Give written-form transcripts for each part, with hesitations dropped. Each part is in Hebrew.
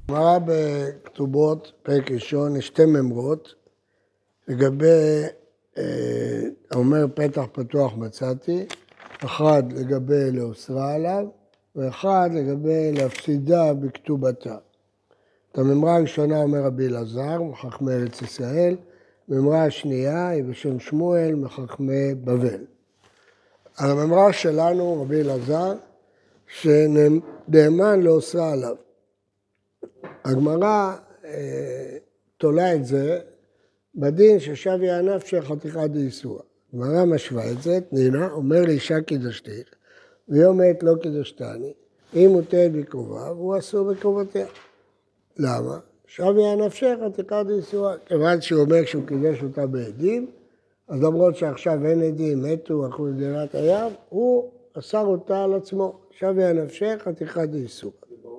גמרא בכתובות, פרק ראשון, יש שתי ממרות, לגבי, אומר פתח פתוח מצאתי, אחד לגבי לאוסרה עליו, ואחד לגבי להפסידה בכתובתה. את הממרה הראשונה אומר רבי אלעזר, מחכמי ארץ ישראל, הממרה השנייה היא בשם שמואל, מחכמי בבל. על הממרה שלנו, רבי אלעזר, שנאמן לאוסרה עליו. הגמרא תולה את זה בדין ששוויה הנפשי חתיכת דאיסורא. הגמרא משווה את זה, תנינה, אומר לאישה קידשתיך, והיא אומרת לא קידשתני, היא מותרת בקרוביו, הוא אסור בקרובותיה. למה? שוויה הנפשי חתיכת דאיסורא. כיוון שהוא אומר שהוא קידש אותה בעדים, אז למרות שעכשיו אין עדים, מתו, הלכו לדירת הים, הוא אסר אותה על עצמו. שוויה הנפשי חתיכת דאיסורא.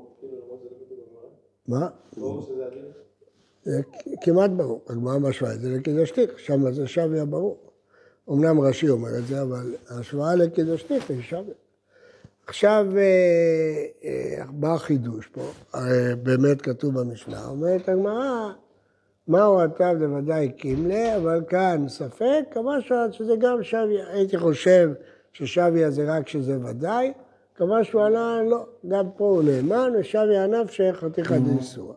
מה? ברור שזה הדין? זה כמעט ברור, הגמרא משווה את זה לקידשתיך, שם זה שוויה ברור. אמנם רש"י אומר את זה, אבל ההשוואה לקידשתיך היא שוויה. עכשיו בא חידוש פה, באמת כתוב במשנה, אומרת הגמרא, מהו הטב לוודאי קימלה, אבל כאן ספק, כמשהו שזה גם שוויה. הייתי חושב ששוויה זה רק שזה ודאי, כמשהו עלה, לא, גם פה הוא נאמן, ושוויה הנפשי חתיכת דאיסורא.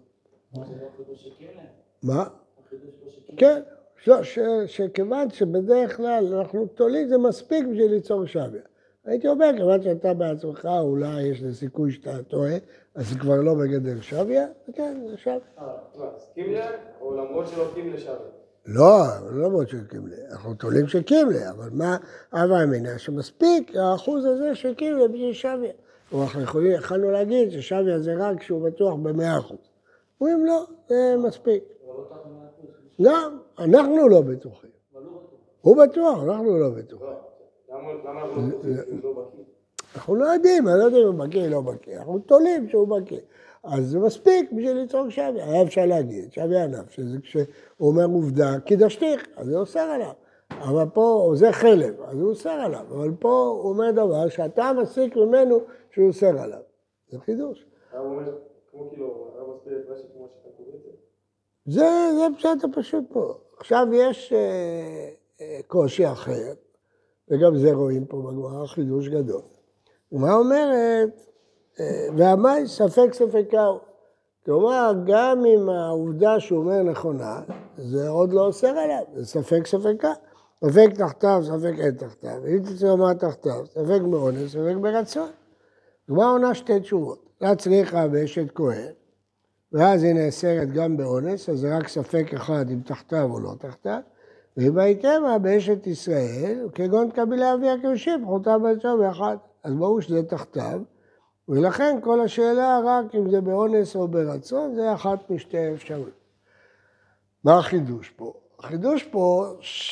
מה? כן, שכיוון שבדרך כלל אנחנו תולים, זה מספיק בשביל ליצור שוויה. הייתי אומר, כיוון שאתה בעצמך, אולי יש לסיכוי שאתה טועה, אז זה כבר לא בגדר שוויה, וכן, זה שוויה. קימלה, או למרות שלא קימלה שוויה? לא, לא למרות של קימלה, אנחנו תולים של קימלה, אבל מה אבא אמינה? שמספיק האחוז הזה של קימלה בשביל שוויה. אנחנו יכולנו להגיד ששוויה זה רק כשהוא בטוח ב100%. אומרים לא, זה מספיק. גם, אנחנו לא בטוחים. הוא בטוח, אנחנו לא בטוחים. למה אנחנו לא בטוחים שהוא לא בקיא? אנחנו לא יודעים, אני לא יודע אם הוא בקיא או לא בקיא. אנחנו תולים שהוא בקיא. אז זה מספיק בשביל ליצור שוויה. היה אפשר להגיד, שוויה הנפש, שזה כשהוא אומר עובדה, קידשתיך, אז זה אוסר עליו. אבל פה, זה חלב, אז הוא אוסר עליו. אבל פה הוא אומר דבר שאתה מסיק ממנו שהוא אוסר עליו. זה חידוש. הוא אומר, כמו כאילו, הרב מסביר את רש"י כמו שאתה קורא את זה? זה פשט הפשוט פה. עכשיו יש קושי אחר, וגם זה רואים פה בגמרא, חידוש גדול. ומה אומרת? והמאי ספק ספקה הוא. כלומר, גם אם העובדה שהוא אומר נכונה, זה עוד לא אוסר עליו, זה ספק ספקה. ספק תחתיו, ספק אין תחתיו. אם תצא מה תחתיו, ספק מאונס, ספק ברצון. הגמרא עונה שתי תשובות. לה צריכה באשת כהן, ואז היא נאסרת גם באונס, אז זה רק ספק אחד אם תחתיו או לא תחתיו. ואם הייתמה באשת ישראל, כגון קבילי אבי הקדושים, פחותה בעצם באחד. אז ברור שזה תחתיו, ולכן כל השאלה רק אם זה באונס או ברצון, זה אחת משתי אפשרויות. מה החידוש פה? החידוש פה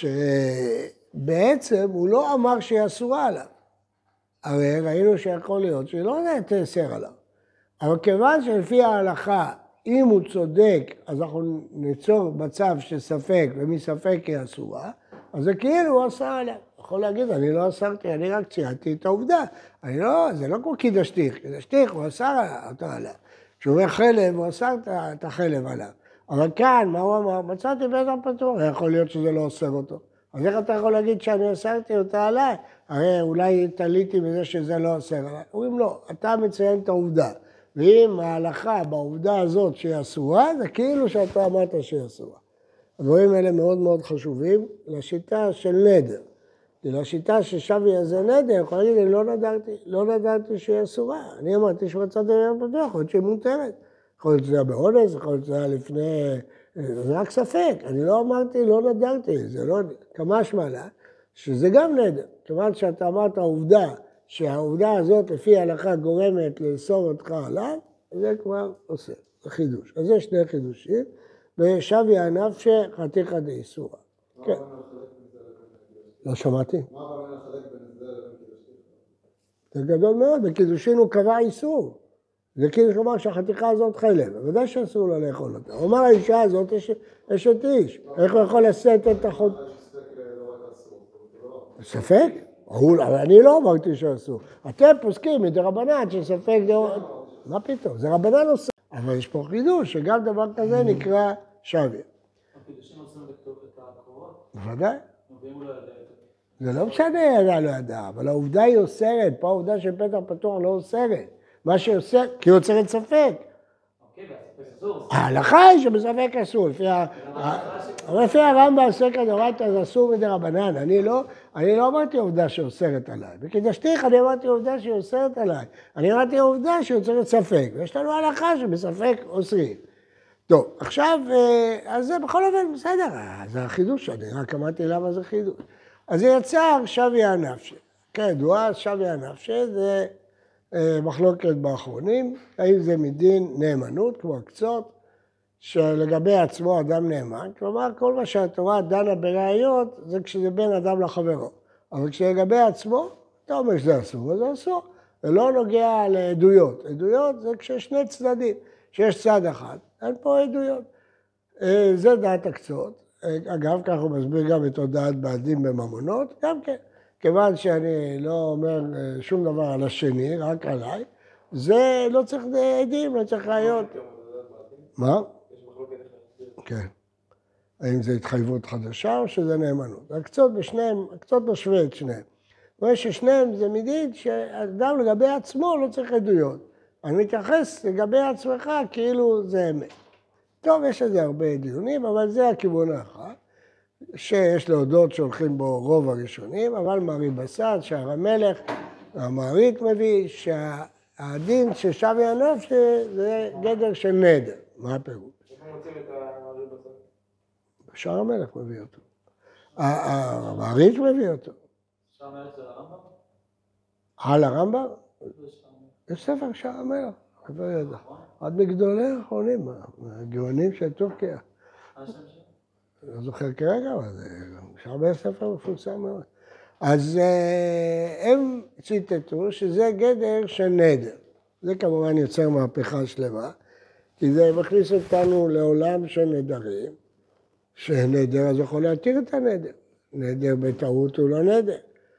שבעצם הוא לא אמר שהיא אסורה עליו. הרי ראינו שיכול להיות שהיא לא תאסר עליו. אבל כיוון שלפי ההלכה, אם הוא צודק, אז אנחנו ניצור מצב של ספק, ומספק היא אסורה, אז זה כאילו הוא אסר עליה. יכול להגיד, אני לא אסרתי, אני רק ציירתי את העובדה. זה לא כמו קידשתיך, קידשתיך הוא אסר אותו עליה. כשהוא אומר חלב, הוא אסר את החלב עליו. אבל כאן, מה הוא אמר? מצאתי בטח פתוח, יכול להיות שזה לא אסר אותו. אז איך אתה יכול להגיד שאני אסרתי אותה עליי? הרי אולי תליתי בזה שזה לא אסר עליי. אומרים לא, אתה מציין את העובדה. ואם ההלכה בעובדה הזאת שהיא אסורה, זה כאילו שאתה אמרת שהיא אסורה. הדברים האלה מאוד מאוד חשובים לשיטה של נדר. לשיטה ששוויה זה נדר, יכול להגיד, אני לא נדרתי שהיא אסורה. אני אמרתי שמצאתי בטח פתוח, יכול להיות שהיא מותרת. יכול להיות שזה היה באונס, יכול להיות שזה היה לפני... זה רק ספק, אני לא אמרתי, לא נדרתי, זה לא... כמשמע לה, שזה גם נדר. כיוון שאתה אמרת העובדה, שהעובדה הזאת לפי ההלכה גורמת לאסור אותך עליו, זה כבר עושה, זה חידוש. אז יש שני חידושים, ושוויה הנפשי חתיכא דאיסורא. כן. לא שמעתי. מה הרב לחלק בין זה לבין קידושין? זה גדול מאוד, בקידושין הוא קבע איסור. זה כאילו שאומר שהחתיכה הזאת חלב, ודאי שאסור לו לאכול אותה. הוא אמר האישה הזאת אשת איש, איך הוא יכול לשאת את החוד? ספק? אני לא אמרתי שאסור. אתם פוסקים מדרבנן שספק... מה פתאום? זה רבנן עושה. אבל יש פה חידוש, שגם דבר כזה נקרא שוויה. הקידושים עושים לכתוב את הקרובות? בוודאי. ואם הוא לא ידע את זה זה? לא משנה ידע לא ידע, אבל העובדה היא אוסרת, פה העובדה של פתח פתוח לא אוסרת. מה שאוסר, כי היא יוצרת ספק. אוקיי, והספק אסור. ההלכה היא שבספק אסור, לפי הרמב"ם ספקא דאורייתא זה אסור מדרבנן, אני לא אמרתי עובדה שאוסרת עליי, בקידשתיך אני אמרתי עובדה שהיא אוסרת עליי, אני אמרתי עובדה שיוצרת ספק, ויש לנו הלכה שבספק אוסרים. טוב, עכשיו, אז זה בכל אופן בסדר, זה החידוש, אני רק אמרתי למה זה חידוש. אז זה יצר שוויה נפשי, כידוע שוויה נפשי זה מחלוקת באחרונים, האם זה מדין נאמנות כמו הקצות, שלגבי עצמו אדם נאמן, כלומר כל מה שהתורה דנה בראיות זה כשזה בין אדם לחברו, אבל כשלגבי עצמו, אתה אומר שזה אסור, אז זה אסור, זה לא נוגע לעדויות, עדויות זה כששני צדדים, שיש צד אחד, אין פה עדויות, זה דעת הקצות, אגב כך הוא מסביר גם את הודעת בעדים בממונות, גם כן, כיוון שאני לא אומר שום דבר על השני, רק עליי, זה לא צריך עדים, לא צריך ראיות. מה? כן. האם זה התחייבות חדשה או שזה נאמנות? הקצות בשניהם, הקצות משווה את שניהם. ויש ששניהם זה מדין שאדם לגבי עצמו לא צריך עדויות. אני מתייחס לגבי עצמך כאילו זה אמת. טוב, יש לזה הרבה דיונים, אבל זה הכיוון האחד. שיש להודות שהולכים בו רוב הראשונים, אבל מערי בסד, שער המלך, המערית מביא שהדין ששוויה נפשי זה גדר של נדר. מה הפירוש? איפה מוצאים את המערי בסד? שער המלך מביא אותו. המערית מביא אותו. שער המלך זה הרמב"ם? על הרמב"ם? יש ספר שער המלך, אני לא יודע. עד מגדולי האחרונים, הגאונים של טורקיה. לא זוכר כרגע, אבל יש הרבה ספר מפורסם מאוד. אז הם ציטטו שזה גדר של נדר. זה כמובן יוצר מהפכה שלמה, כי זה מכניס אותנו לעולם של נדרים, שנדר אז יכול להתיר את הנדר. נדר בטעות הוא לא נדר.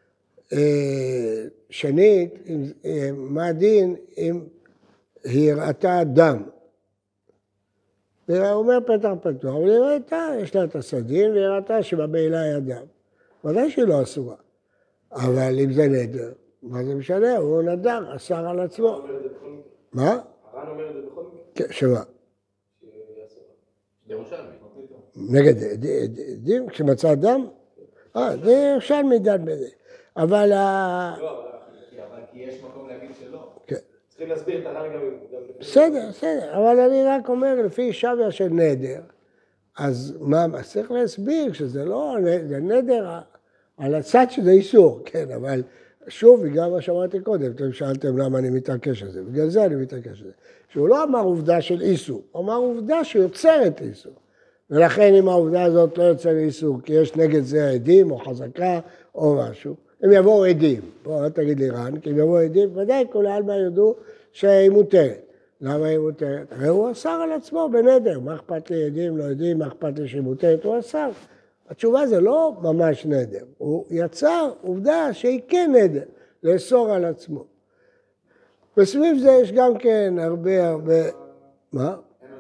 שנית, מה הדין אם היא ראתה דם? הוא אומר פתח פתוח, אבל היא ראתה, יש לה את הסדין, והיא ראתה שבבעילה היה דם. ודאי שהיא לא אסורה. אבל אם זה נדר, מה זה משנה? הוא נדר, אסר על עצמו. מה? הר"ן אומר את זה בכל מקרה? כן, שמה? ירושלמי. נגד עדים, כשמצא דם? זה ירושלמי דן בזה. אבל כי יש מקום להגיד שלא. כן. צריכים להסביר את הר"ן גם... בסדר, אבל אני רק אומר, לפי שוויה של נדר, אז מה, צריך להסביר שזה לא, זה נדר על הצד שזה איסור, כן, אבל שוב, בגלל מה שאמרתי קודם, אתם שאלתם למה אני מתעקש על זה, בגלל זה אני מתעקש על זה, שהוא לא אמר עובדה של איסור, הוא אמר עובדה שיוצרת איסור, ולכן אם העובדה הזאת לא יוצרת איסור, כי יש נגד זה עדים או חזקה או משהו, הם יבואו עדים, בוא, אל תגיד לי רן, כי הם יבואו עדים, ודאי כל העלמא יודו שהיא מותרת. למה היא מותרת? הרי הוא אסר על עצמו בנדר, מה אכפת לי עדים, לא עדים, מה אכפת לי שהיא מותרת, הוא אסר. התשובה זה לא ממש נדר, הוא יצר עובדה שהיא כן נדר, לאסור על עצמו. בסביב זה יש גם כן הרבה... מה?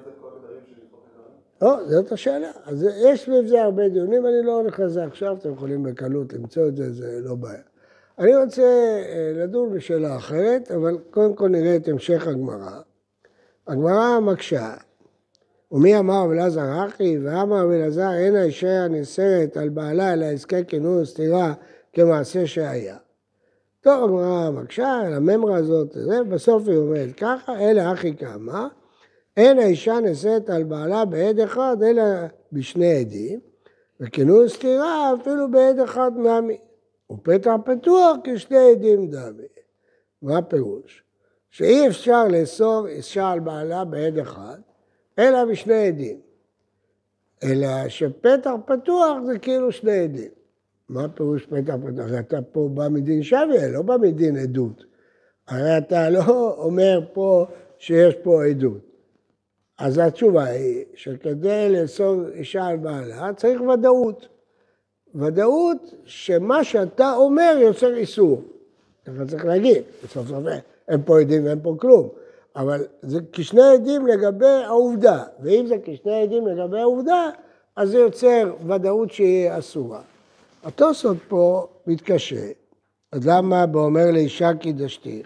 זאת השאלה. אז יש סביב זה הרבה דיונים, אני לא הולך לזה עכשיו, אתם יכולים בקלות למצוא את זה, זה לא בעיה. אני רוצה לדון בשאלה אחרת, אבל קודם כל נראה את המשך הגמרא. הגמרא מקשה, ומי אמר ולעזר אחי, ואמר ולעזר אין האישה נאסרת על בעלה אלא עסקי כינוס סתירה כמעשה שהיה. טוב, הגמרא מקשה, על הממרה הזאת, בסוף היא אומרת ככה, אלא אחי כאמר, אין האישה נאסרת על בעלה בעד אחד אלא בשני עדים, וכינוס סתירה אפילו בעד אחד נמי. ופתח פתוח כשני עדים דמי. מה הפירוש? שאי אפשר לאסור אישה על בעלה בעד אחד, אלא בשני עדים. אלא שפתח פתוח זה כאילו שני עדים. מה הפירוש פתח פתוח? אתה פה בא מדין שוויה, לא בא מדין עדות. הרי אתה לא אומר פה שיש פה עדות. אז התשובה היא שכדי לאסור אישה על בעלה צריך ודאות. ודאות שמה שאתה אומר יוצר איסור. אתה צריך להגיד, בסוף סוף אין פה עדים ואין פה כלום. אבל זה כשני עדים לגבי העובדה, ואם זה כשני עדים לגבי העובדה, אז זה יוצר ודאות שהיא אסורה. התוספות פה מתקשה, אז למה באומר לאישה קידשתיך?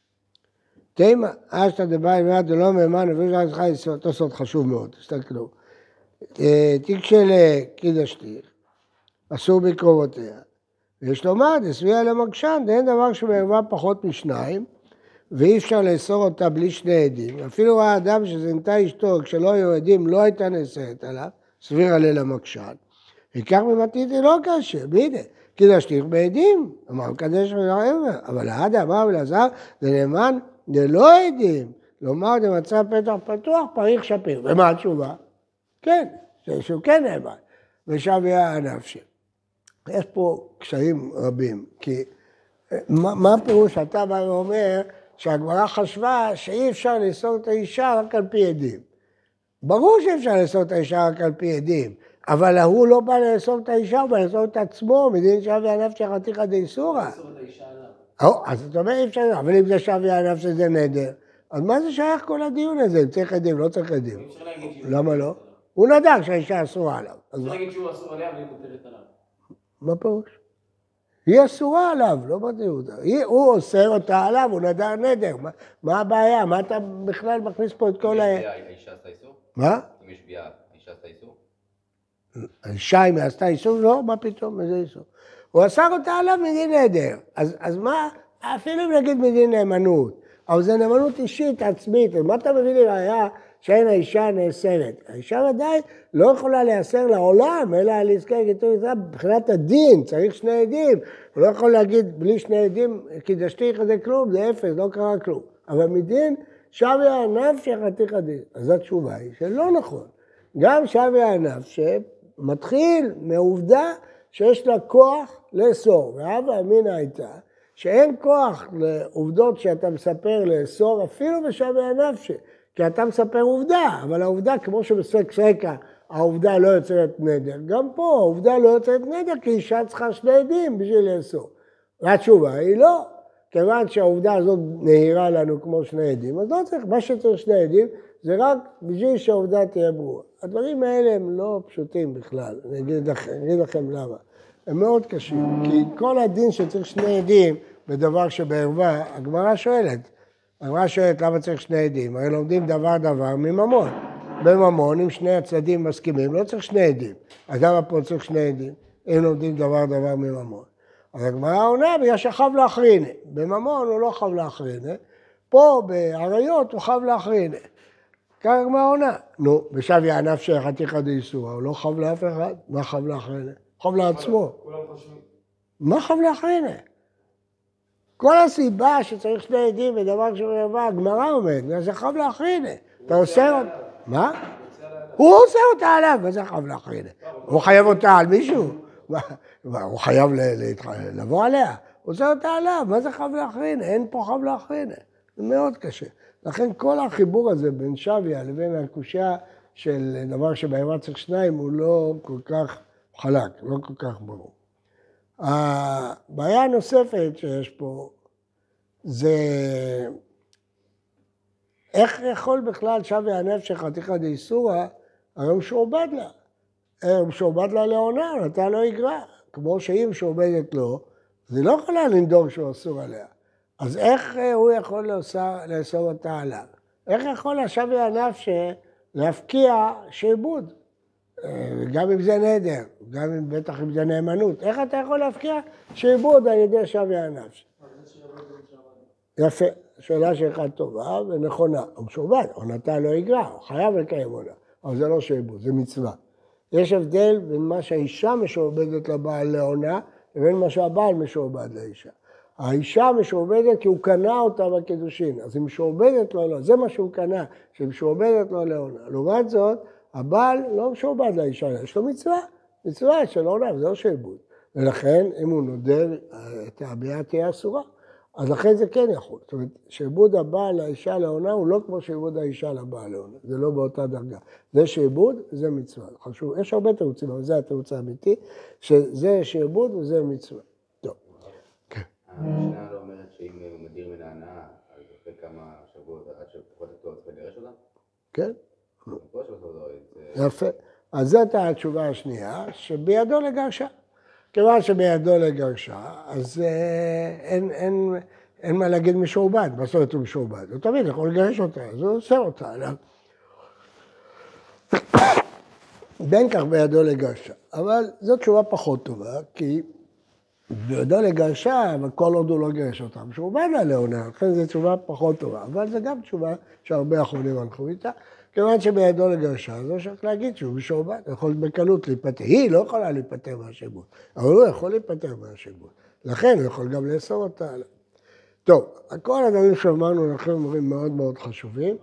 תימא, אשתא דבאי מיד דלא מהימן, התוספות חשוב מאוד, תסתכלו. תיק של קידשתיך, אסור בקרובותיה. ויש לומר, דסביעה למקשן, אין דבר שמערבה פחות משניים, ואי אפשר לאסור אותה בלי שני עדים. אפילו ראה אדם שזינתה אשתו, כשלא היו עדים, לא הייתה נאסרת עליו, סביר עליה למקשן. וכך ממתניתי לא קשה, והנה, קידשתיך בעדים, אמר מקדש ולעבר, אבל העד אמר ולעזר, זה נאמן ללא עדים, לומר דמצא פתח פתוח, פריך שפיר. ומה התשובה? כן, שהוא כן נאמן, ושביה הנפשי. יש פה קשיים רבים, כי מה הפירוש? אתה בא ואומר שהגמרא חשבה שאי אפשר לאסור את האישה רק על פי עדים. ברור שאפשר לאסור את האישה רק על פי עדים, אבל הוא לא בא לאסור את האישה, הוא בא לאסור את עצמו, מדין שוויה הנפשי חתיכא דאיסורא. לאסור את האישה עליו. אז אתה אומר אי אפשר, אבל אם זה שוויה הנפשי זה נדר, אז מה זה שייך כל הדיון הזה? אם צריך עדים, לא צריך עדים. אי אפשר להגיד שהוא... למה לא? הוא נדר שהאישה אסורה עליו. אפשר להגיד שהוא אסור עליה, אבל היא מותרת עליו. מה פירוש? היא אסורה עליו, לא בדיוק. הוא אוסר אותה עליו, הוא נדר נדר. מה הבעיה? מה אתה בכלל מכניס פה את כל ה... אם יש ביאה, האישה עשתה איסור? מה? אם יש ביאה, האישה עשתה איסור? האישה אם היא עשתה איסור? לא, מה פתאום? איזה איסור? הוא אסר אותה עליו מדין נדר. אז מה? אפילו אם נגיד מדין נאמנות. אבל זה נאמנות אישית, עצמית. אז מה אתה מביא לי ראיה שאין האישה נאסרת? האישה ודאי לא יכולה להיאסר לעולם, אלא להזכר כתוב ישראל, מבחינת הדין, צריך שני עדים. הוא לא יכול להגיד בלי שני עדים, קידשתיך זה כלום, זה אפס, לא קרה כלום. אבל מדין, שוויה הנפשי חתיכא דין. אז התשובה היא שלא נכון. גם שוויה הנפשי מתחיל מעובדה שיש לה כוח לאסור. והווה אמינא הייתה שאין כוח לעובדות שאתה מספר לאסור, אפילו בשוויה הנפשי. כי אתה מספר עובדה, אבל העובדה, כמו שבספק רקע, העובדה לא יוצרת נדר. גם פה העובדה לא יוצרת נדר, כי אישה צריכה שני עדים בשביל לאסור. והתשובה היא לא. כיוון שהעובדה הזאת נהירה לנו כמו שני עדים, אז לא צריך, מה שצריך שני עדים, זה רק בשביל שהעובדה תהיה ברורה. הדברים האלה הם לא פשוטים בכלל, אני אגיד לכם למה. הם מאוד קשים, כי כל הדין שצריך שני עדים בדבר שבערווה, הגמרא שואלת למה צריך שני עדים, הרי לומדים דבר מממון. בממון, אם שני הצדדים מסכימים, לא צריך שני עדים. אז למה פה צריך שני עדים? אם לומדים דבר מממון. אז הגמרא עונה בגלל שחב לאחרינה. בממון הוא לא חב לאחרינה, פה בעריות הוא חב לאחרינה. כך הגמרא עונה. נו, בשוויה הנפשי חתיכא דאיסורא, הוא לא חב לאף אחד, מה חב לאחרינה? חב לעצמו. כולם חושבים. מה חב לאחרינה? כל הסיבה שצריך שני עדים בדבר שבערווה, הגמרא אומרת, זה חב לאחרינה. אתה אוסר אותה. מה? הוא אוסר אותה עליו, מה זה חב לאחרינה? הוא חייב אותה על מישהו? הוא חייב לבוא עליה. הוא אוסר אותה עליו, מה זה חב לאחרינה? אין פה חב לאחרינה. זה מאוד קשה. לכן כל החיבור הזה בין שוויה לבין הקושיה של דבר שבערווה צריך שניים, הוא לא כל כך חלק, לא כל כך ברור. הבעיה הנוספת שיש פה זה איך יכול בכלל שוויה הנפשי חתיכא דאיסורא, הרי הוא משועבד לה. הוא משועבד לה לעונה, נתן לו יגרע. כמו שהיא משועבדת לו, אז היא לא יכולה לנדור שהוא אסור עליה. אז איך הוא יכול לאסור אותה עליו? איך יכול השוויה הנפשי להפקיע שעבוד? גם אם זה נדר, גם אם בטח אם זה נאמנות. איך אתה יכול להפקיע שעבוד על ידי שוויה הנפשי? יפה, שאלה שלך טובה ונכונה. הוא משועבד, עונתה לא יגרע, הוא חייב לקיים עונה. אבל זה לא שעבוד, זה מצווה. יש הבדל בין מה שהאישה משועבדת לבעל לעונה, לבין מה שהבעל משועבד לאישה. האישה משועבדת כי הוא קנה אותה בקידושין, אז היא משועבדת לו לעונה, זה מה שהוא קנה, שהיא משועבדת לו לעונה. לעומת זאת, הבעל לא משועבד לאישה, יש לו מצווה של עונה, זה לא שעבוד. ולכן, אם הוא נודר, הביאה תהיה אסורה. אז לכן זה כן יכול. זאת אומרת, שעבוד הבעל לאישה לעונה הוא לא כמו שעבוד האישה לבעל לעונה. זה לא באותה דרגה. זה שעבוד, זה מצווה. חשוב. יש הרבה תירוצים, אבל זה התירוץ האמיתי, שזה שעבוד וזה מצווה. טוב. המשנה לא אומרת שאם הוא מדיר מן ההנאה, אז אחרי כמה שבועות, עד כן? פה יש אותו דורית. יפה. אז זאת התשובה השנייה, שבידו לגרשה. כיוון שבידו לגרשה, אז אין מה להגיד משועבד, מה זאת אומרת הוא משועבד? הוא תמיד יכול לגרש אותה, אז הוא עושה אותה. בין כך בידו לגרשה. אבל זו תשובה פחות טובה, כי בידו לגרשה, אבל כל עוד הוא לא גרש אותה, משועבד לה לעונה, לכן זו תשובה פחות טובה. אבל זו גם תשובה שהרבה אחרונים הלכו איתה. כיוון שבידו לגרשה, אז לא צריך להגיד שהוא משועבד, הוא יכול בקלות להיפטר. היא לא יכולה להיפטר מהשיבוט, אבל הוא יכול להיפטר מהשיבוט. לכן הוא יכול גם לאסור אותה. טוב, כל הדברים שאמרנו לכם אומרים מאוד מאוד חשובים.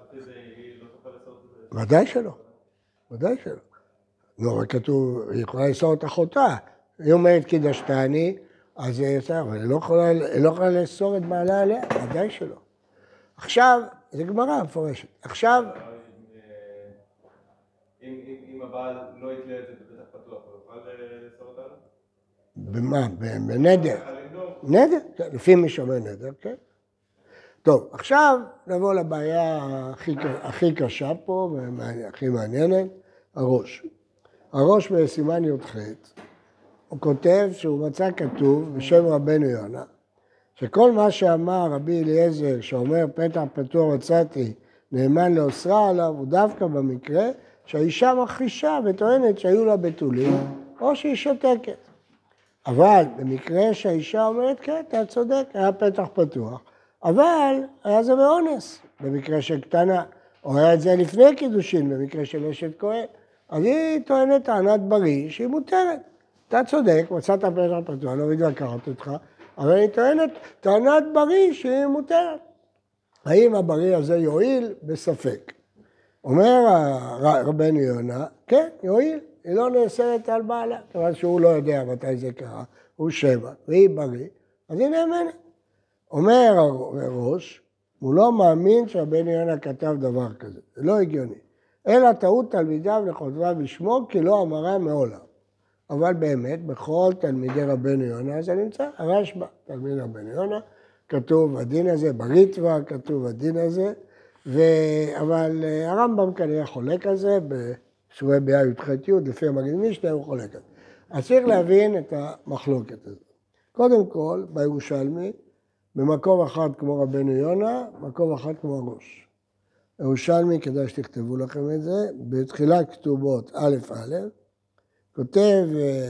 ודאי שלא, ודאי שלא. לא, רק כתוב, היא יכולה לאסור את אחותה. היא אומרת קידשתני, אז היא יצאה, אבל היא לא יכולה לאסור את בעלה עליה, ודאי שלא. עכשיו, זה גמרא מפורשת. עכשיו... אם הבעל לא יתלה את זה בפתח פתוח, הוא יוכל לאסור אותנו? במה? בנדר. נדר, לפי מי שאומר נדר, כן. טוב, עכשיו נבוא לבעיה הכי קשה פה, והכי מעניינת, הראש. הראש בסימן י"ח, הוא כותב שהוא מצא כתוב בשם רבנו יונה, שכל מה שאמר רבי אליעזר, שאומר פתח פתוח מצאתי, נאמן לאוסרה עליו, הוא דווקא במקרה שהאישה מכחישה וטוענת שהיו לה בתולים, או שהיא שותקת. אבל במקרה שהאישה אומרת, כן, אתה צודק, היה פתח פתוח, אבל היה זה באונס, במקרה של קטנה, או היה את זה לפני קידושין, במקרה של אשת כהן, אז היא טוענת טענת בריא שהיא מותרת. אתה צודק, מצאת פתח פתוח, לא מתווכחת אותך, אבל היא טוענת טענת בריא שהיא מותרת. האם הבריא הזה יועיל? בספק. אומר רבנו יונה, כן, יועיל, היא לא נאסרת על בעלה, כיוון שהוא לא יודע מתי זה קרה, הוא שבע, והיא בריא, אז היא נאמנת. אומר הראש, הוא לא מאמין שרבנו יונה כתב דבר כזה, זה לא הגיוני. אלא טעות תלמידיו לכותביו בשמו, כי לא אמרה מעולם. אבל באמת, בכל תלמידי רבנו יונה זה נמצא, הרשב"א, תלמיד רבנו יונה, כתוב הדין הזה, בריטב"א כתוב הדין הזה, אבל הרמב"ם כנראה חולק על זה, בשיעורי ביאה י"ח-י', לפי המגיד משנה הוא חולק על זה. אז צריך להבין את המחלוקת הזאת. קודם כל, בירושלמי, במקום אחד כמו רבנו יונה, מקום אחד כמו הראש. ירושלמי, כדאי שתכתבו לכם את זה, בתחילת כתובות א' א', כותב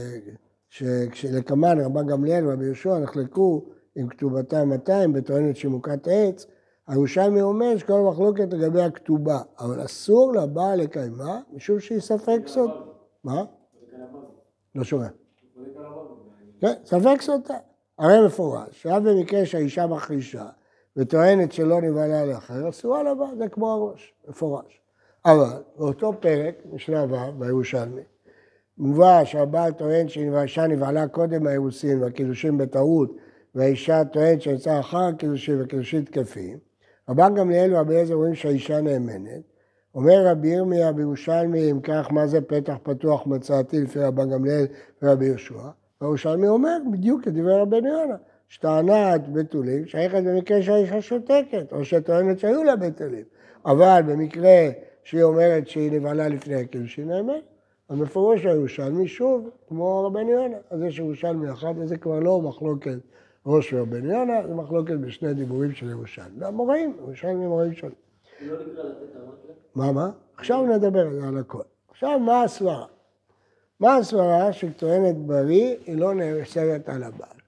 שלקמן רבן גמליאל ורבי יהושע נחלקו עם כתובתם 200 בטוענת שמוקת עץ, הירושלמי אומר שכל המחלוקת לגבי הכתובה, אבל אסור לבעל לקיימה, משום שהיא ספק סוד. מה? לא שומע. כן, ספק סוד. הרי מפורש, שהיה במקרה שהאישה מכחישה וטוענת שלא נבעלה לאחר, אסורה לבעל, זה כמו הראש, מפורש. אבל באותו פרק, משנה ו' בירושלמי, מובא שהבעל טוען שהאישה נבעלה קודם האירוסין והקידושים בטעות, והאישה טוענת שיצאה אחר הקידושים וקידושים תקפים, רבן גמליאל ורבי אליעזר רואים שהאישה נאמנת. אומר רבי ירמיה בירושלמי, אם כך, מה זה פתח פתוח מצאתי לפי רבן גמליאל ורבי יהושע? וירושלמי אומר, בדיוק כדברי רבנו יונה, שטענת בתולים שייכת במקרה שהאישה שותקת, או שטוענת שהיו לה בתולים. אבל במקרה שהיא אומרת שהיא נבעלה לפני הקידושים נאמנת, המפורש הירושלמי שוב, כמו רבנו יונה. אז יש ירושלמי אחד, וזה כבר לא מחלוקת ראש ורבנו יונה, זה מחלוקת בשני דיבורים של ירושלמי. והמוראים, ירושלמי מוראים שונים. לא נקרא לתת מה? המקלה? עכשיו נדבר על הכל. עכשיו, מה הסברה? מה הסברה שטוענת בריא, היא לא נאסרת על הבעל.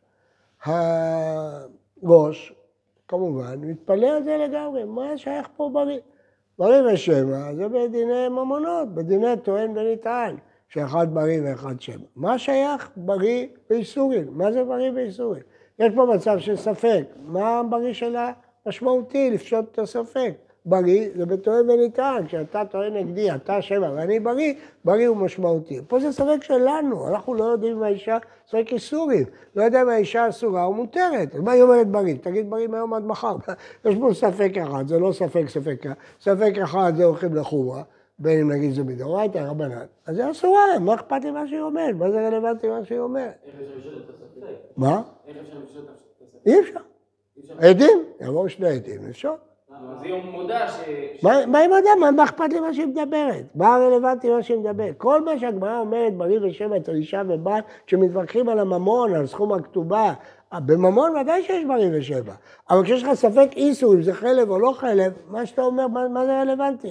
הראש, כמובן, מתפלא על זה לגמרי. מה שייך פה בריא? בריא ושמע, זה בדיני ממונות, בדיני טוען ונטען, שאחד בריא ואחד שמע. מה שייך בריא באיסורים? מה זה בריא באיסורים? יש פה מצב של ספק. מה הבריא שלה משמעותי לפשוט את הספק? בריא זה בטוען ונטען, כשאתה טוען נגדי, אתה שמע ואני בריא, בריא הוא משמעותי. פה זה ספק שלנו, אנחנו לא יודעים אם האישה ספק איסורים, לא יודע אם האישה אסורה או מותרת. מה היא אומרת בריא? תגיד בריא מהיום עד מחר. יש פה ספק אחד, זה לא ספק, ספק אחד זה הולכים לחומרה, בין אם נגיד זה מדאורייתא, רבנן. אז זה אסורה, מה אכפת לי מה שהיא אומרת? מה זה רלוונטי מה שהיא אומרת? איך אפשר לפשוט את הספק? מה? איך אפשר לפשוט את הספק? אי אפשר. עדים, יבואו שני עדים, אפשר. מה אז היא מודה ש... מה היא מודה? מה אכפת לי מה שהיא מדברת? מה הרלוונטי מה שהיא מדברת? כל מה שהגמרא אומרת בריא ושבע אצל אישה ובעל, כשמתווכחים על הממון, על סכום הכתובה, בממון ודאי שיש בריא ושבע. אבל כשיש לך ספק איסור, אם זה חלב או לא חלב, מה שאתה אומר, מה זה רלוונטי?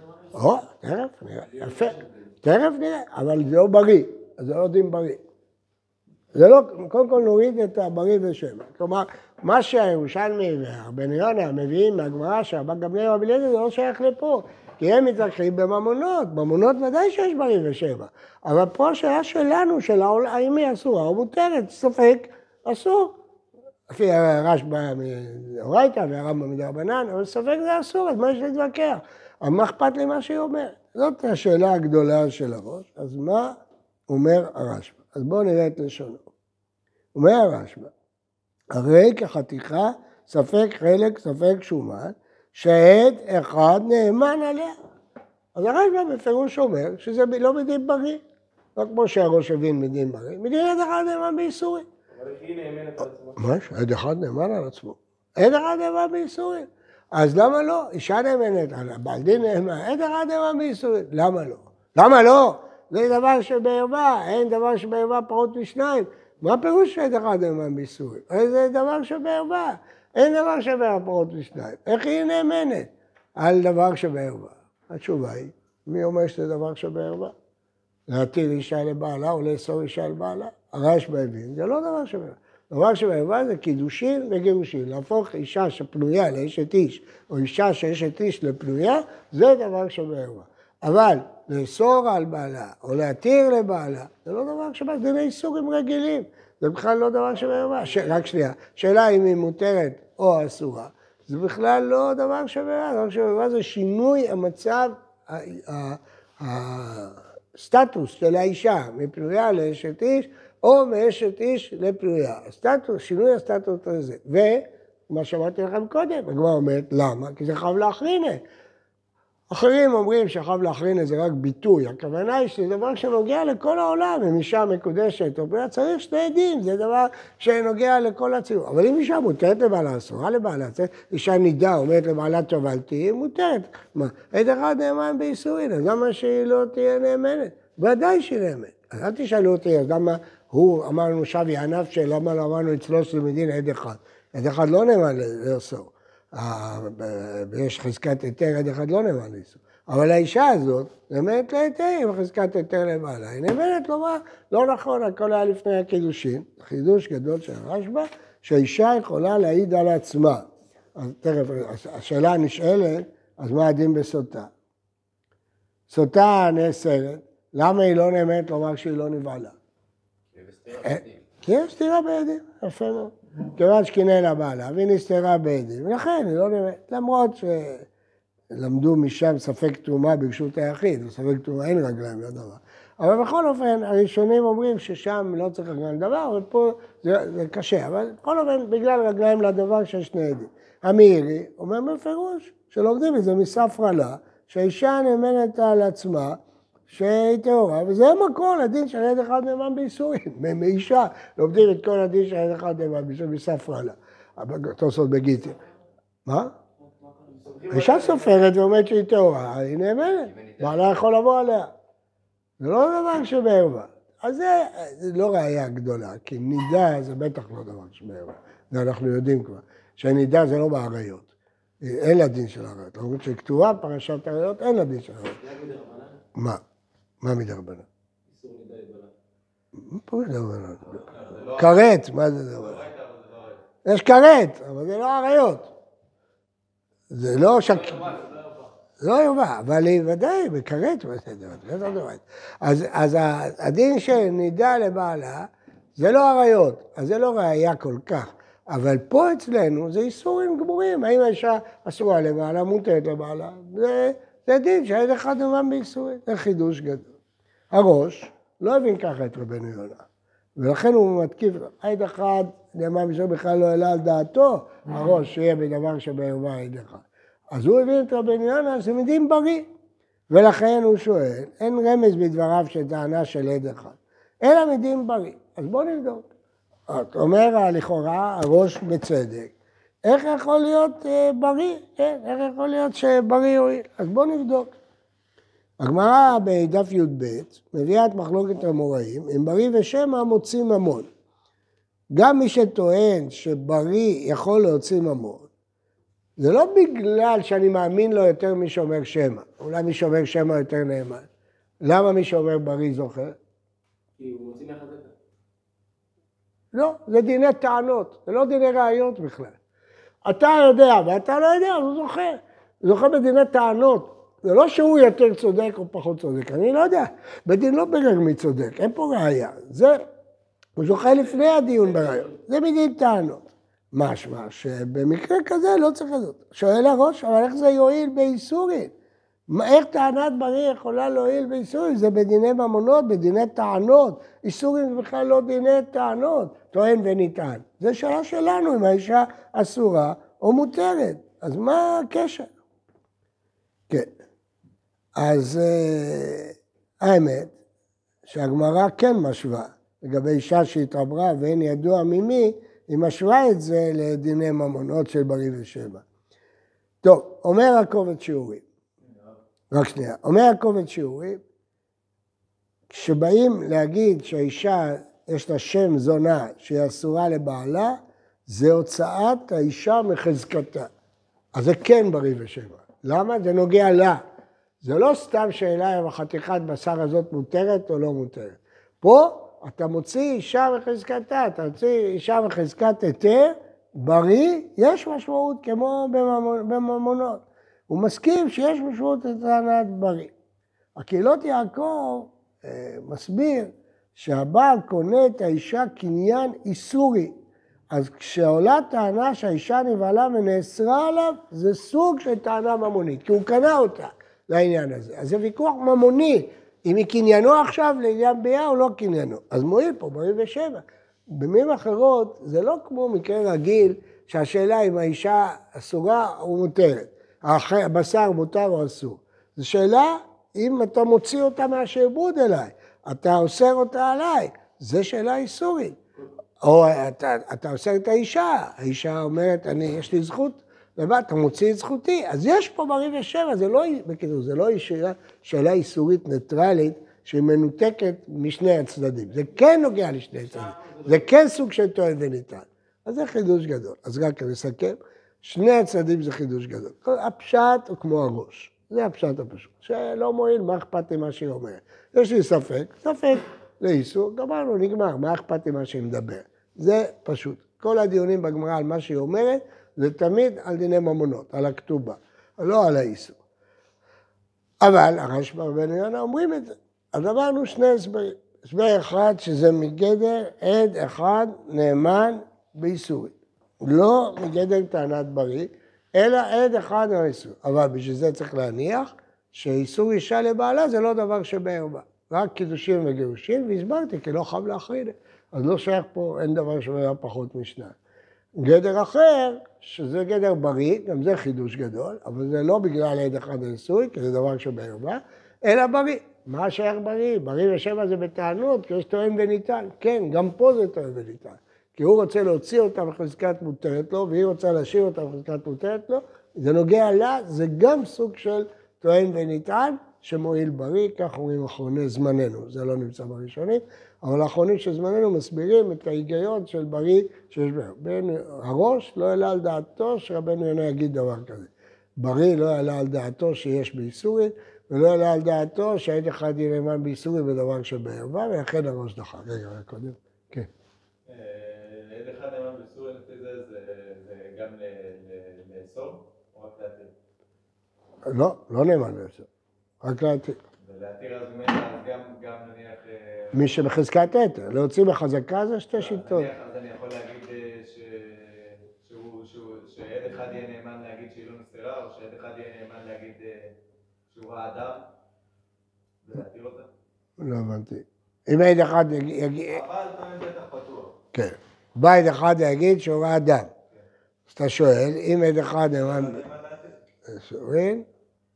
תכף נראה, יפה. תכף נראה, אבל זה לא בריא, אז זה לא דין בריא. זה לא, קודם כל נוריד את הבריא ושבע. כלומר, מה שהירושלמי והבן יונה מביאים מהגמרא שהרבן גמליאל ורבי אליעזר זה לא שייך לפה. כי הם מתווכחים בממונות, בממונות ודאי שיש בריא ושבע. אבל פה השאלה שלנו, של האם היא אסורה או מותרת, ספק אסור. לפי הרשב"א מאורייתא והרמב"ם מדרבנן, אבל ספק זה אסור, אז מה יש להתווכח? אבל מה אכפת לי מה שהיא אומרת? זאת השאלה הגדולה של הראש, אז מה אומר הרשב"א? אז בואו נראה את לשונו. אומר הרשב"א, הרי כחתיכה, ספק חלק, ספק שומן, שעד אחד נאמן עליה. אז הרשב"א בפירוש אומר שזה לא מדין בריא. לא כמו שהראש הבין מדין בריא, מדין עד אחד נאמן באיסורים. אבל היא נאמנת על עצמה. מה? עד אחד נאמן על עצמו. עד אחד נאמן באיסורים. אז למה לא? אישה נאמנת עליה, בעל דין נאמן, עד אחד נאמן באיסורים. למה לא? למה לא? זה דבר שבערווה, אין דבר שבערווה פחות משניים. מה הפירוש שעד אחד נאמן באיסורים? זה דבר שבערווה. אין דבר שבערווה פחות משניים. איך היא נאמנת על דבר שבערווה? התשובה היא, מי אומר שזה דבר שבערווה? להתיר אישה לבעלה או לאסור אישה לבעלה? הרשב"א הבין, זה לא דבר שבערווה. דבר שבערווה זה קידושין וגירושין. להפוך אישה שפנויה לאשת איש, או אישה שאשת איש לפנויה, זה דבר שבערווה. אבל לאסור על בעלה, או להתיר לבעלה, זה לא דבר שבערווה, זה דיני איסורים רגילים. זה בכלל לא דבר שבערווה. רק שנייה, שאלה אם היא מותרת או אסורה, זה בכלל לא דבר שבערווה. דבר שבערווה זה שינוי המצב, הסטטוס של האישה, מפנויה לאשת איש, או מאשת איש לפנויה. הסטטוס, שינוי הסטטוס הזה. ומה שאמרתי לכם קודם, הגמרא אומרת, למה? כי זה חייב להכרין. אחרים אומרים שחייב להכרין זה רק ביטוי. הכוונה היא שזה דבר שנוגע לכל העולם. אם אישה מקודשת, או פנויה, צריך שני עדים, זה דבר שנוגע לכל הציבור. אבל אם אישה מותרת לבעלה, אסורה לבעלה, אישה נידה, אומרת לבעלה טובלתי, היא מותרת. מה? עד אחד נאמן באיסורין, אז למה שהיא לא תהיה נאמנת? ודאי שהיא נאמנת. אז אל תשאלו אותי, אז למה הוא אמרנו שבי ענף של, למה לא אמרנו אצלו של מדין עד אחד? עד אחד לא נאמן לאסור. יש חזקת היתר, עד אחד לא נאמן לאסור. אבל האישה הזאת נאמנת להיתר, עם חזקת היתר לבעלה. היא נאמנת לומר, לא נכון, הכל היה לפני הקידושין. חידוש גדול של הרשב"א, שהאישה יכולה להעיד על עצמה. אז תכף, השאלה נשאלת, אז מה הדין בסוטה? סוטה נאסרת, למה היא לא נאמנת לומר שהיא לא נבעלה? כי יש סתירה בעדים, יפה מאוד. כיוון שקינא לה בעלה, והיא נסתרה בעדים, ולכן היא לא נאמנת. למרות שלמדו משם ספק תרומה ברשות היחיד, ספק תרומה אין רגליים לדבר. אבל בכל אופן, הראשונים אומרים ששם לא צריך רגליים לדבר, אבל פה זה קשה. אבל בכל אופן, בגלל רגליים לדבר שיש שני עדים. המאירי אומר בפירוש, שלומדים את זה מספרא לה, שהאישה נאמנת על עצמה, שהיא טהורה, וזה המקור לדין של עד אחד נאמן באיסורים. מאישה לומדים את כל הדין של עד אחד נאמן באיסורים מספרא לה. תוספות בגיטין. מה? האישה סופרת ואומרת שהיא טהורה, היא נאמנת. בעלה יכול לבוא עליה. זה לא דבר שבערווה. אז זה לא ראייה גדולה, כי נידה זה בטח לא דבר שבערווה. זה אנחנו יודעים כבר. שנידה זה לא בעריות. אין לה דין של עריות. למרות שכתובה פרשת עריות, אין לה דין של עריות. מה? מה מדרבנן? איסור נידה לבעלה. מה פה מדרבנן? כרת, מה זה דרבנן? יש כרת, אבל זה לא עריות. זה לא לא יובא, אבל היא ודאי בכרת, אז הדין שנידה לבעלה, זה לא עריות, אז זה לא ראייה כל כך. אבל פה אצלנו זה איסורים גמורים. האם האישה אסורה לבעלה, מותרת לבעלה? זה דין שהעד אחד נאמן באיסורים. זה חידוש גדול. הראש לא הבין ככה את רבנו יונה, ולכן הוא מתקיף, עד אחד נאמן באיסורים בכלל לא העלה על דעתו, הראש שיהיה בדבר שבערווה עד אחד. אז הוא הבין את רבנו יונה, זה מדין בריא. ולכן הוא שואל, אין רמז בדבריו של טענה של עד אחד, אלא מדין בריא. אז בואו נבדוק. אומר לכאורה, הראש בצדק, איך יכול להיות בריא? כן, איך יכול להיות שבריא יועיל? אז בואו נבדוק. הגמרא בדף י"ב מביאה את מחלוקת האמוראים, אם בריא ושמא מוציא ממון. גם מי שטוען שבריא יכול להוציא ממון, זה לא בגלל שאני מאמין לו יותר מי שאומר שמא. אולי מי שאומר שמא יותר נאמן. למה מי שאומר בריא זוכר? כי הוא מוציא מהחזקה. לא, זה דיני טענות, זה לא דיני ראיות בכלל. אתה יודע ואתה לא יודע, אז הוא זוכר. הוא זוכר בדיני טענות. זה לא שהוא יותר צודק או פחות צודק, אני לא יודע. בדין לא ברר מי צודק, אין פה ראייה. זה, הוא זוכר לפני הדיון בראיות. זה בדין טענות. משמע שבמקרה כזה לא צריך לדעת. שואל הראש, אבל איך זה יועיל באיסורים? איך טענת בריא יכולה להועיל באיסורים? זה בדיני ממונות, בדיני טענות. איסורים זה בכלל לא דיני טענות, טוען וניתן. זה שאלה שלנו אם האישה אסורה או מותרת. אז מה הקשר? כן. אז האמת שהגמרא כן משווה. לגבי אישה שהתעברה ואין ידוע ממי, היא משווה את זה לדיני ממונות של בריא ושמא. טוב, אומר הקובץ שיעורים. רק שנייה. אומר הקובץ שיעורים, כשבאים להגיד שהאישה יש לה שם זונה שהיא אסורה לבעלה, זה הוצאת האישה מחזקתה. אז זה כן בריא ושמא. למה? זה נוגע לה. זה לא סתם שאלה אם החתיכת בשר הזאת מותרת או לא מותרת. פה אתה מוציא אישה מחזקתה, אתה מוציא אישה מחזקת היתר, בריא, יש משמעות כמו בממונות. הוא מסכים שיש משמעות לטענת בריא. הקהילות יעקב מסביר שהבעל קונה את האישה קניין איסורי. אז כשעולה טענה שהאישה נבהלה ונאסרה עליו, זה סוג של טענה ממונית, כי הוא קנה אותה לעניין הזה. אז זה ויכוח ממוני, אם היא קניינו עכשיו לעניין ביה או לא קניינו. אז מועיל פה, בריא ושמא. במילים אחרות, זה לא כמו מקרה רגיל, שהשאלה אם האישה אסורה או מותרת. הבשר מותר או אסור. זו שאלה אם אתה מוציא אותה מהשעבוד אליי, אתה אוסר אותה עליי, זו שאלה איסורית. או אתה אוסר את האישה, האישה אומרת, יש לי זכות, אתה מוציא את זכותי, אז יש פה בריא ושמא, זה לא שאלה איסורית ניטרלית, שהיא מנותקת משני הצדדים. זה כן נוגע לשני הצדדים, זה כן סוג של טוען וניתן. אז זה חידוש גדול. אז רק נסכם, שני הצדדים זה חידוש גדול. הפשט הוא כמו הראש, זה הפשט הפשוט. שלא מועיל, מה אכפת לי מה שהיא אומרת? יש לי ספק לאיסור, גמרנו, נגמר, מה אכפת לי מה שהיא מדבר? זה פשוט. כל הדיונים בגמרא על מה שהיא אומרת, זה תמיד על דיני ממונות, על הכתובה, לא על האיסור. אבל הרשב"א ובן יונה אומרים את זה. אז אמרנו שני הסברים. הסבר אחד שזה מגדר עד אחד נאמן באיסורי. לא מגדר טענת בריא, אלא עד אחד האיסור. אבל בשביל זה צריך להניח שאיסור אישה לבעלה זה לא דבר שבערבה. רק קידושים וגירושים, והסברתי כי לא חייב להחריד. אז לא שייך פה, אין דבר שבערבה פחות משניים. גדר אחר, שזה גדר בריא, גם זה חידוש גדול, אבל זה לא בגלל עד אחד האיסורי, כי זה דבר שבערבה, אלא בריא. מה שייך בריא? בריא ושמא זה בטענות, כי יש טוען וניתן. כן, גם פה זה טוען וניתן. כי הוא רוצה להוציא אותה מחזקת מותרת לו, והיא רוצה להשאיר אותה מחזקת מותרת לו, זה נוגע לה, זה גם סוג של טוען וניתן, שמועיל בריא, כך אומרים אחרוני זמננו, זה לא נמצא בראשונים, אבל האחרונים של זמננו מסבירים את ההיגיון של בריא שיש בהם. בין הראש לא העלה על דעתו שרבנו יונה יגיד דבר כזה. בריא לא העלה על דעתו שיש באיסורי, ולא העלה על דעתו שהעד אחד יהיה נאמן באיסורי בדבר שבערבה, ולכן הראש דחה. רגע, קודם. כן. עד אחד נאמן באיסורי לפי זה גם לאסור או רק להתיר? לא נאמן לאסור, רק להתיר. ולהתיר אז גם נניח... מי שבחזקת היתר, להוציא בחזקה זה שתי שיטות. אז אני יכול להגיד שעד אחד יהיה נאמן להגיד שהיא לא נסתרה, או שעד אחד יהיה נאמן להגיד שהוא האדם, ולהתיר אותה? לא הבנתי. אם עד אחד יגיד... אבל תמיד בטח פתוח. כן. בית אחד יגיד שהוא האדם. אז אתה שואל, אם עד אחד נאמן... שואל?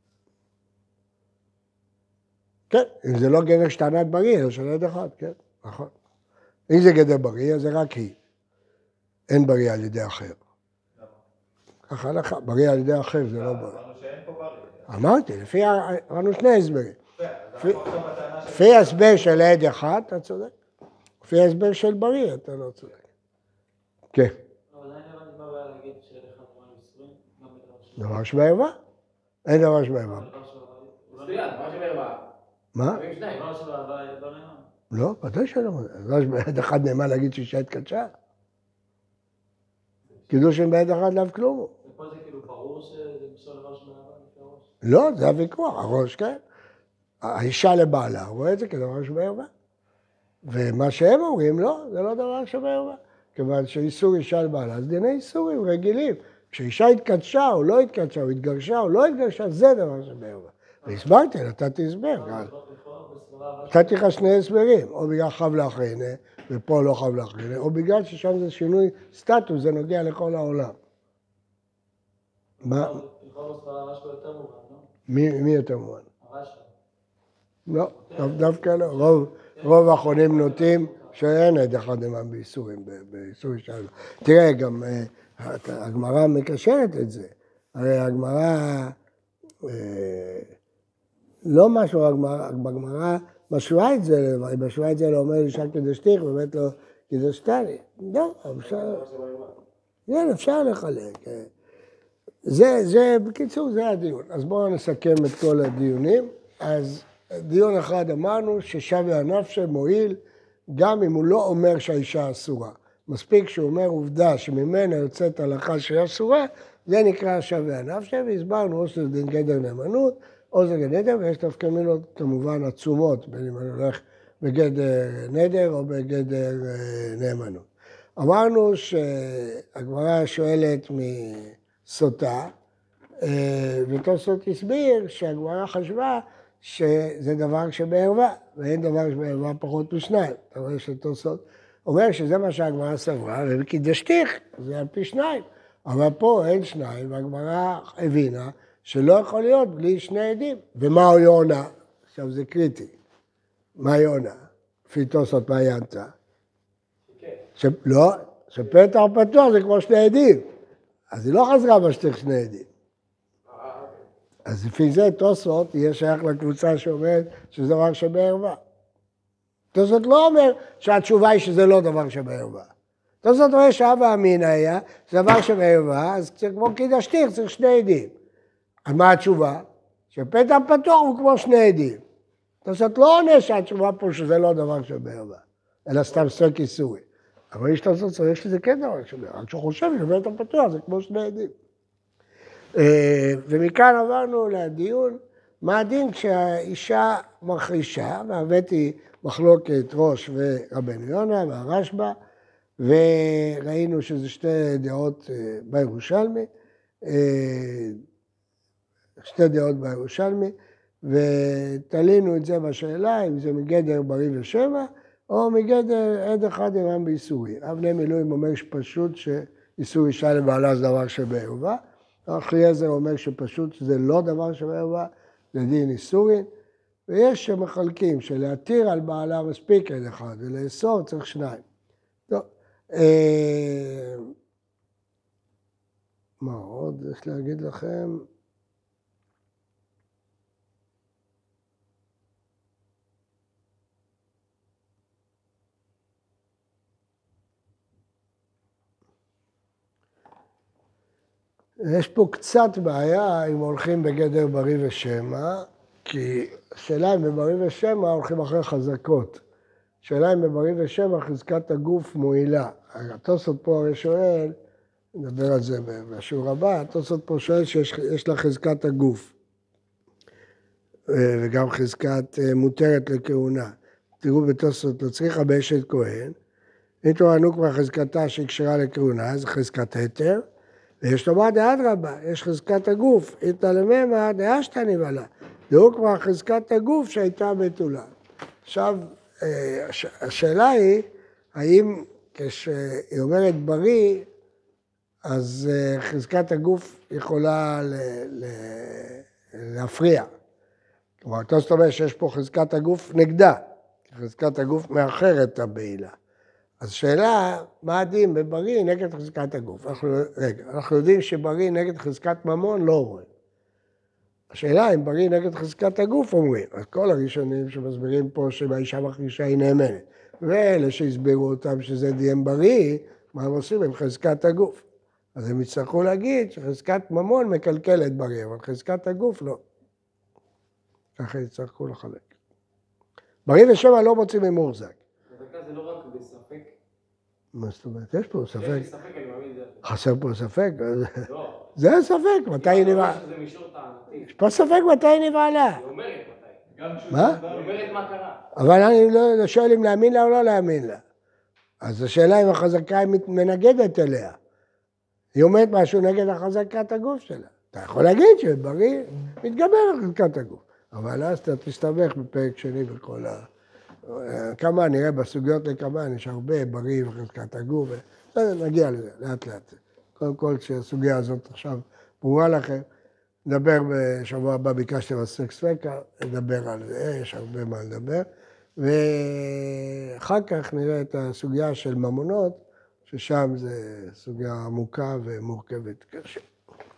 כן, אם זה לא גדר שטענת בריא, אלא של עד אחד, כן, נכון. אם זה גדר בריא, אז זה רק היא. אין בריא על ידי אחר. כך הלכה, בריא על ידי אחר, זה לא בריא. אמרנו שאין פה בריא. אמרתי, אמרנו שני הסברים. אז אנחנו עכשיו בטענה של... לפי ההסבר של עד אחד, אתה צודק. לפי ההסבר של בריא, אתה לא צודק. כן. אבל עדיין הבנתי מה הבעיה להגיד שעד אחד נאמן ביסורים, גם בדבר דבר שבערווה? אין דבר שבערווה. הוא לא נראה, דבר שבערווה. מה? חייבים שניים, דבר שבערווה לא נאמן. לא, ודאי שלא. דבר שבעד אחד נאמן להגיד שאישה התקדשה. קידושין בעד אחד לאו כלום. ופה זה כאילו ברור שזה בסוף דבר שבערווה לפי הראש. לא, זה הוויכוח, הראש כן. האישה לבעלה, הוא רואה את זה כדבר שבערווה. ומה שהם אומרים, לא, זה לא דבר שבערווה. כיוון שאיסור אישה לבעלה, אז דיני איסורים רגילים. כשאישה התקדשה או לא התקדשה, או התגרשה או לא התגרשה, זה דבר שבערווה. והסברתי, נתתי הסבר. נתתי לך שני הסברים, או בגלל חב לאחרינה, ופה לא חב לאחרינה, או בגלל ששם זה שינוי סטטוס, זה נוגע לכל העולם. מה? לכאורה בסברה הרשב"א יותר מובן, לא? מי יותר מובן? הרשב"א. לא, דווקא לא. רוב האחרונים נוטים שאין עד אחד נאמן באיסורים, באיסורים שלנו. תראה, גם הגמרא מקשרת את זה. הרי הגמרא, לא משהו, הגמרא משווה את זה, היא משווה את זה לאומר אישה קידשתיך, באמת לא קידשתני. לא, אפשר לחלק. בקיצור, זה הדיון. אז בואו נסכם את כל הדיונים. אז דיון אחד אמרנו ששווה הנפש מועיל, גם אם הוא לא אומר שהאישה אסורה. מספיק שהוא אומר עובדה שממנה יוצאת הלכה שהיא אסורה, זה נקרא שווה הנפש, והסברנו או שזה גדר נאמנות, או זה נדר, ויש דווקא מילות כמובן עצומות, בין אם אני הולך בגדר נדר או בגדר נאמנות. אמרנו שהגמרא שואלת מסוטה, ותוספות הסביר שהגמרא חשבה שזה דבר שבערווה, ואין דבר שבערווה פחות משניים. אתה רואה שתוספות אומר שזה מה שהגמרא סברה, ובקידשתיך זה על פי שניים. אבל פה אין שניים, והגמרא הבינה שלא יכול להיות בלי שני עדים. ומה היא עונה? עכשיו זה קריטי. מה היא עונה? לפי תוספות מה היא ענתה? לא, שפתח פתוח זה כמו שני עדים. אז היא לא חזרה בשתך שני עדים. אז לפי זה תוספות יהיה שייך לקבוצה שאומרת שזה דבר שבערווה. תוספות לא אומר שהתשובה היא שזה לא דבר שבערווה. תוספות אומר שאבא אמינא היה, זה דבר שבערווה, אז כמו קידשתיך צריך שני עדים. אז מה התשובה? שפתח פתוח הוא כמו שני עדים. תוספות לא עונה שהתשובה פה שזה לא דבר שבערווה, אלא סתם סרק איסורי. אבל יש תוספות צריך שזה כן דבר שבערווה, רק שהוא חושב שפתח פתוח זה כמו שני עדים. ומכאן עברנו לדיון, מה הדין כשהאישה מחרישה, והבאתי מחלוקת ראש ורבנו יונה והרשב"א, וראינו שזה שתי דעות בירושלמי, ותלינו את זה בשאלה אם זה מגדר בריא ושמע, או מגדר עד אחד נאמן באיסורי. אבני מילואים אומר שפשוט שאיסור אישה לבעלה זה דבר שבערווה, אחיעזר אומר שפשוט זה לא דבר שבערווה, זה דין איסורין, ויש שמחלקים שלהתיר על בעלה מספיק עד אחד, ולאסור צריך שניים. טוב, מה עוד יש להגיד לכם? יש פה קצת בעיה אם הולכים בגדר בריא ושמע, כי השאלה אם בבריא ושמע הולכים אחרי חזקות. השאלה אם בבריא ושמע חזקת הגוף מועילה. התוספות פה הרי שואל, נדבר על זה בשיעור הבא, התוספות פה שואל שיש לה חזקת הגוף, וגם חזקת מותרת לכהונה. תראו בתוספות, לא צריכה באשת כהן, אם תורנו כבר חזקתה שהקשרה לכהונה, זה חזקת היתר, ויש לומר דאדרבה, יש חזקת הגוף, איתה לממה דאשתא נבעלה. דהו כבר חזקת הגוף שהייתה בתולה. עכשיו, השאלה היא, האם כשהיא אומרת בריא, אז חזקת הגוף יכולה להפריע. כלומר, זאת אומרת שיש פה חזקת הגוף נגדה, חזקת הגוף מאחרת הבעילה. אז השאלה, מה הדין בבריא נגד חזקת הגוף? אנחנו יודעים שבריא נגד חזקת ממון לא אומרים. השאלה אם בריא נגד חזקת הגוף אומרים. אז כל הראשונים שמסבירים פה שבאישה מחרישה היא נאמנת. ואלה שהסבירו אותם שזה דין בריא, מה הם עושים עם חזקת הגוף? אז הם יצטרכו להגיד שחזקת ממון מקלקלת בריא, אבל חזקת הגוף לא. ככה יצטרכו לחלק. בריא ושמא לא מוצאים ממור זק. חזקה זה לא רק בספק. מה זאת אומרת? יש פה ספק. יש לי ספק, אני מאמין זה. חסר פה ספק? לא. זה הספק, מתי היא נבעלה? זה מישור טענתי. יש פה ספק מתי היא נבעלה. היא אומרת מתי. מה? היא אומרת מה קרה. אבל אני לא שואל אם להאמין לה או לא להאמין לה. אז השאלה אם החזקה היא מנגדת אליה. היא אומרת משהו נגד החזקת הגוף שלה. אתה יכול להגיד שבריא מתגבר על חזקת הגוף. אבל אז אתה תסתבך בפרק שני בכל כמה, נראה בסוגיות לכמה, יש הרבה בריא וחזקת הגוף. נגיע לזה, לאט לאט. קודם כל, שהסוגיה הזאת עכשיו ברורה לכם, נדבר בשבוע הבא, ביקשתם על סקס וקה, נדבר על זה, יש הרבה מה לדבר. ואחר כך נראה את הסוגיה של ממונות, ששם זו סוגיה עמוקה ומורכבת קשה.